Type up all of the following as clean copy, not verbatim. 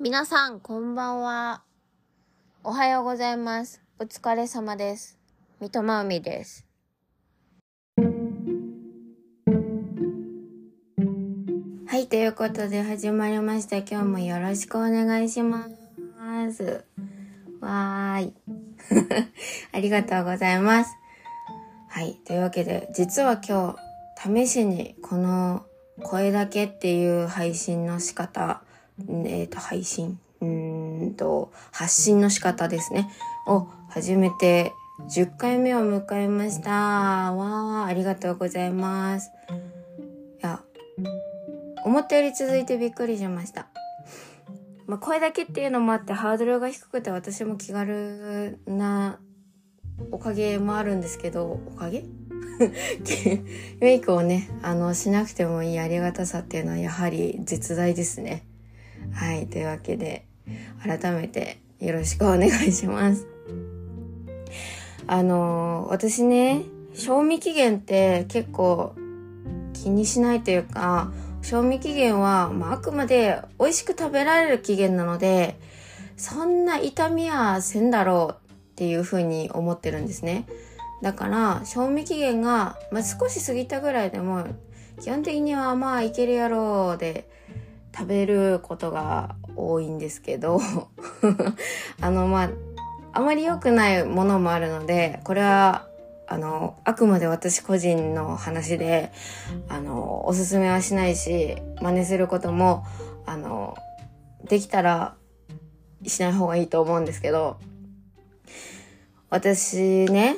皆さん、こんばんは。おはようございます。お疲れ様です。三笘海です。はい、ということで始まりました。今日もよろしくお願いします。わーい。ありがとうございます。はい、というわけで、実は今日、試しにこの声だけっていう配信の仕方、発信の仕方ですねを始めて10回目を迎えました。わー、ありがとうございます。いや、思ったより続いてびっくりしました。声だけっていうのもあってハードルが低くて私も気軽なおかげもあるんですけど、おかげメイクをね、しなくてもいいありがたさっていうのはやはり絶大ですね。はい、というわけで改めてよろしくお願いします。私ね、賞味期限って結構気にしないというか、賞味期限は、あくまで美味しく食べられる期限なので、そんな痛みはせんだろうっていう風に思ってるんですね。だから賞味期限が、少し過ぎたぐらいでも基本的にはいけるやろうで食べることが多いんですけどあまり良くないものもあるので、これはあくまで私個人の話でおすすめはしないし、真似することもできたらしない方がいいと思うんですけど、私ね、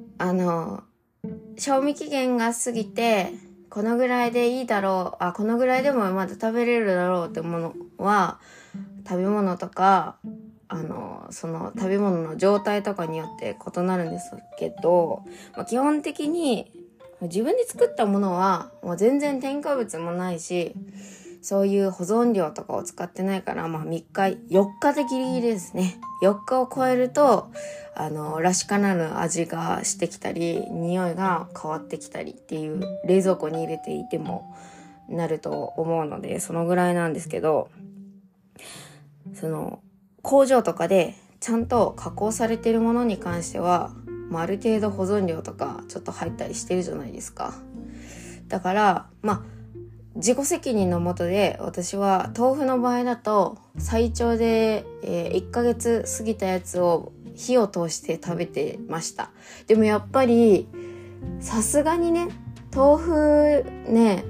賞味期限が過ぎてこのぐらいでいいだろう、このぐらいでもまだ食べれるだろうってものは、食べ物とかその食べ物の状態とかによって異なるんですけど、基本的に自分で作ったものはもう全然添加物もないし、そういう保存料とかを使ってないから、3日4日でギリギリですね。4日を超えるとらしからぬ味がしてきたり、匂いが変わってきたりっていう、冷蔵庫に入れていてもなると思うので、そのぐらいなんですけど、その工場とかでちゃんと加工されているものに関しては、ある程度保存料とかちょっと入ったりしてるじゃないですか。だから自己責任のもとで、私は豆腐の場合だと最長で、1ヶ月過ぎたやつを火を通して食べてました。でもやっぱりさすがにね、豆腐ね、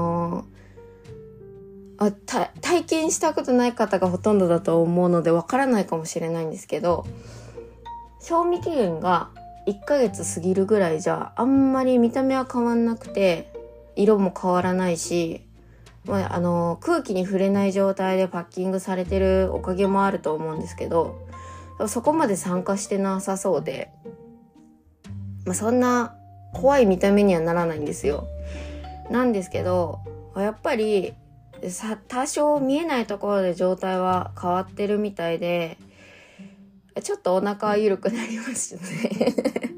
体験したことない方がほとんどだと思うのでわからないかもしれないんですけど、賞味期限が1ヶ月過ぎるぐらいじゃあんまり見た目は変わんなくて、色も変わらないし、空気に触れない状態でパッキングされてるおかげもあると思うんですけど、そこまで酸化してなさそうで、そんな怖い見た目にはならないんですよ。なんですけど、やっぱり多少見えないところで状態は変わってるみたいで、ちょっとお腹は緩くなりましたね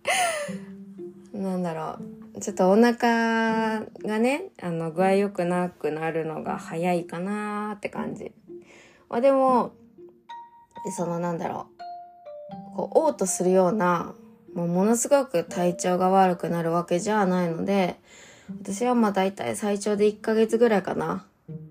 ちょっとお腹がね、具合良くなくなるのが早いかなーって感じ。でも嘔吐するような、ものすごく体調が悪くなるわけじゃないので、私はだいたい最長で1ヶ月ぐらいかな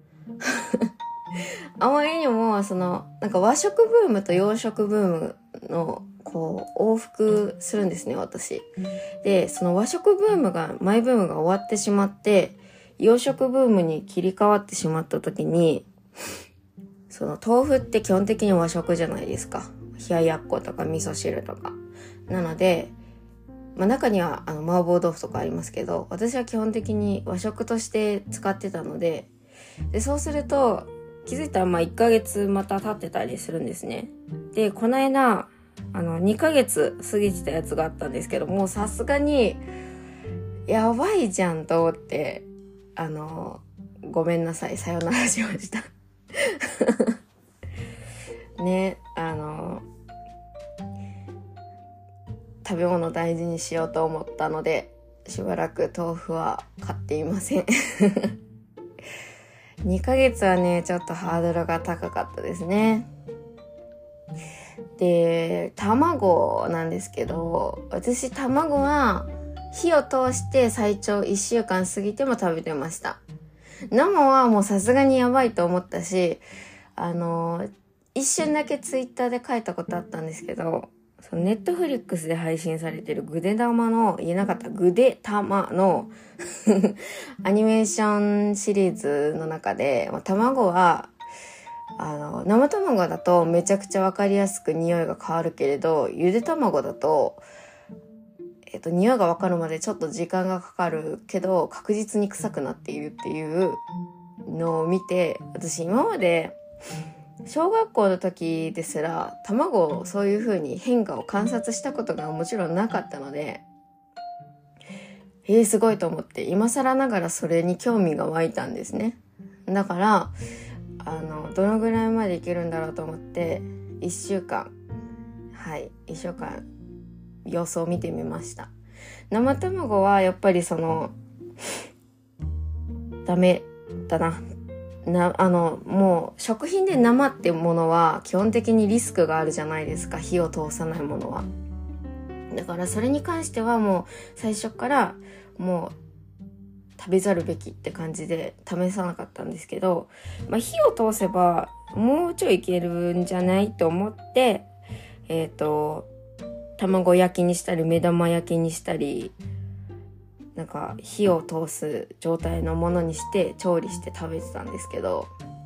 あまりにも和食ブームと洋食ブームの往復するんですね、私。で、その和食ブームが、マイブームが終わってしまって、洋食ブームに切り替わってしまった時に、その豆腐って基本的に和食じゃないですか。冷ややっことか味噌汁とか。なので、中には麻婆豆腐とかありますけど、私は基本的に和食として使ってたので、そうすると気づいたら1ヶ月また経ってたりするんですね。で、この間2ヶ月過ぎてたやつがあったんですけど、もうさすがにやばいじゃんと思って、ごめんなさい、さよならしましたね。食べ物大事にしようと思ったので、しばらく豆腐は買っていません 2ヶ月はね、ちょっとハードルが高かったですね。で、卵なんですけど、私卵は火を通して最長1週間過ぎても食べてました。生はもうさすがにやばいと思ったし、一瞬だけツイッターで書いたことあったんですけど、そのネットフリックスで配信されてるグデタマのアニメーションシリーズの中で、卵は生卵だとめちゃくちゃわかりやすく匂いが変わるけれど、ゆで卵だと匂いがわかるまでちょっと時間がかかるけど確実に臭くなっているっていうのを見て、私今まで小学校の時ですら卵そういう風に変化を観察したことがもちろんなかったので、すごいと思って今更ながらそれに興味が湧いたんですね。だからどのぐらいまでいけるんだろうと思って1週間様子を見てみました。生卵はやっぱりダメだな。もう食品で生っていうものは基本的にリスクがあるじゃないですか、火を通さないものは。だからそれに関してはもう最初からもう食べざるべきって感じで試さなかったんですけど、火を通せばもうちょいいけるんじゃないと思って卵焼きにしたり目玉焼きにしたり、なんか火を通す状態のものにして調理して食べてたんですけど、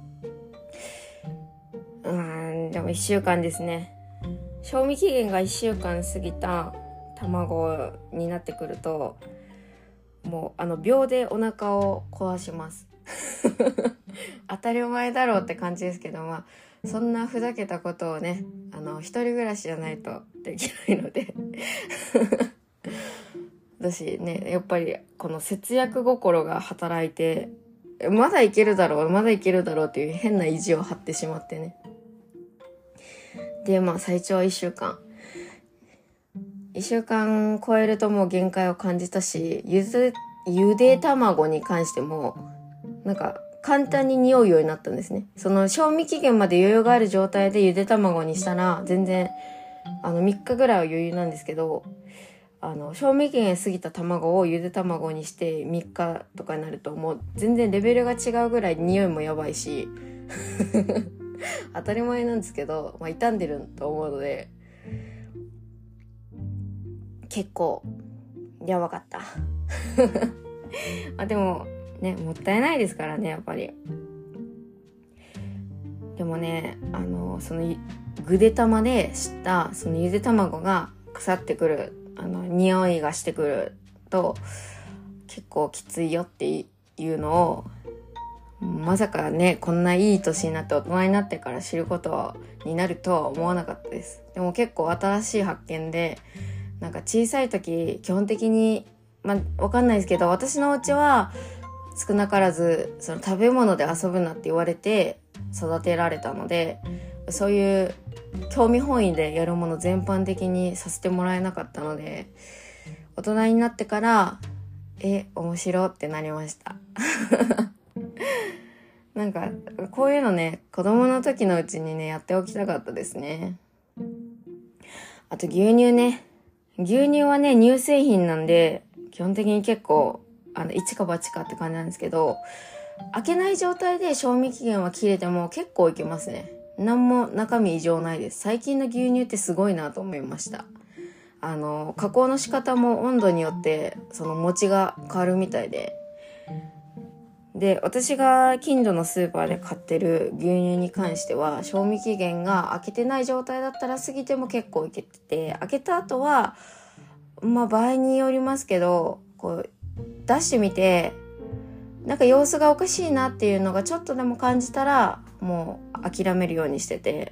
でも1週間ですね。賞味期限が1週間過ぎた卵になってくるともう秒でお腹を壊します当たり前だろうって感じですけど、そんなふざけたことをね、一人暮らしじゃないとできないので私ね、やっぱりこの節約心が働いて、まだいけるだろうっていう変な意地を張ってしまってね。で、最長1週間超えるともう限界を感じたし、ゆで卵に関してもなんか簡単に匂うようになったんですね。その賞味期限まで余裕がある状態でゆで卵にしたら全然3日ぐらいは余裕なんですけど、賞味期限過ぎた卵をゆで卵にして3日とかになるともう全然レベルが違うぐらい匂いもやばいし当たり前なんですけど、傷んでると思うので結構やばかったでもね、もったいないですからね、やっぱり。でもね、そのぐでたまで知ったそのゆで卵が腐ってくる匂いがしてくると結構きついよっていうのをまさかね、こんないい年になって大人になってから知ることになるとは思わなかったです。でも結構新しい発見で、なんか小さい時基本的にわかんないですけど、私のお家は少なからずその食べ物で遊ぶなって言われて育てられたので、そういう興味本位でやるもの全般的にさせてもらえなかったので、大人になってから面白ってなりましたなんかこういうのね、子供の時のうちにねやっておきたかったですね。あと牛乳はね乳製品なんで基本的に結構一か八かって感じなんですけど、開けない状態で賞味期限は切れても結構いけますね。何も中身異常ないです。最近の牛乳ってすごいなと思いました。加工の仕方も温度によってその餅が変わるみたいで、私が近所のスーパーで買ってる牛乳に関しては賞味期限が開けてない状態だったら過ぎても結構いけてて、開けた後は場合によりますけどこう出してみてなんか様子がおかしいなっていうのがちょっとでも感じたらもう諦めるようにしてて、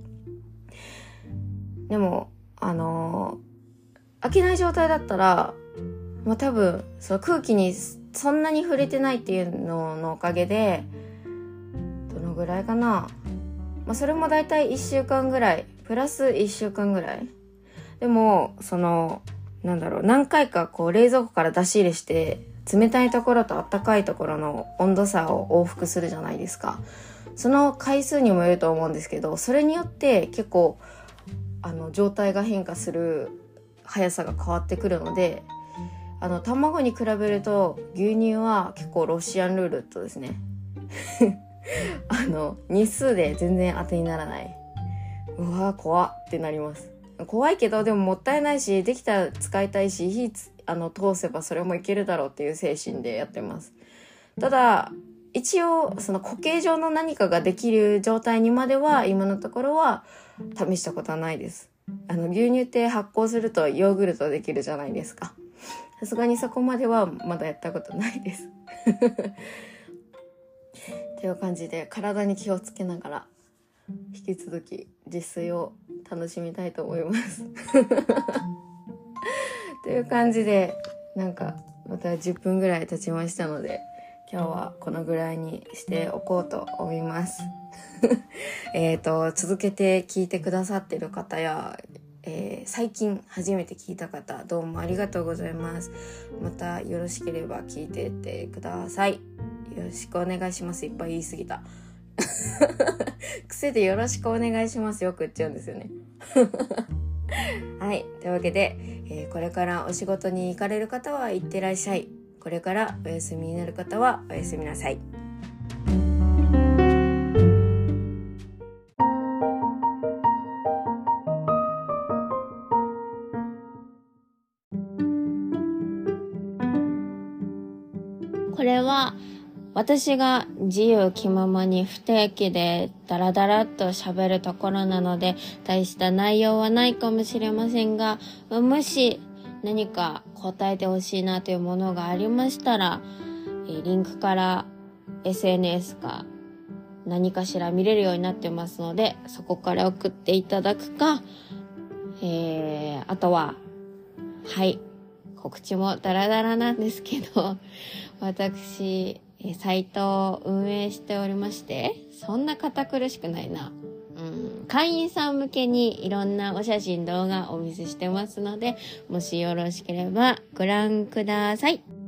でも開けない状態だったら多分その空気にそんなに触れてないっていうののおかげでどのぐらいかな、それもだいたい1週間ぐらいプラス1週間ぐらいでも何回かこう冷蔵庫から出し入れして冷たいところと暖かいところの温度差を往復するじゃないですか。その回数にもよると思うんですけど、それによって結構状態が変化する速さが変わってくるので、卵に比べると牛乳は結構ロシアンルーレットですね。日数で全然当てにならない。うわー怖ってなります。怖いけどでももったいないし、できたら使いたいし、火通せばそれもいけるだろうっていう精神でやってます。ただ一応その固形状の何かができる状態にまでは今のところは試したことはないです。牛乳って発酵するとヨーグルトできるじゃないですか。さすがにそこまではまだやったことないですという感じで、体に気をつけながら引き続き自炊を楽しみたいと思いますという感じで、なんかまた10分ぐらい経ちましたので、今日はこのぐらいにしておこうと思います続けて聞いてくださってる方や、最近初めて聞いた方、どうもありがとうございます。またよろしければ聞いてってください。よろしくお願いします。いっぱい言い過ぎた癖でよろしくお願いしますよく言っちゃうんですよねはい、というわけで、これからお仕事に行かれる方は行ってらっしゃい。これからお休みになる方はおやすみなさい。これは私が自由気ままに不定期でダラダラっと喋るところなので、大した内容はないかもしれませんが、もし何か答えてほしいなというものがありましたら、リンクから SNS か何かしら見れるようになってますので、そこから送っていただくか、あとは告知もダラダラなんですけど私サイトを運営しておりまして、そんな堅苦しくないな、会員さん向けにいろんなお写真動画お見せしてますので、もしよろしければご覧ください。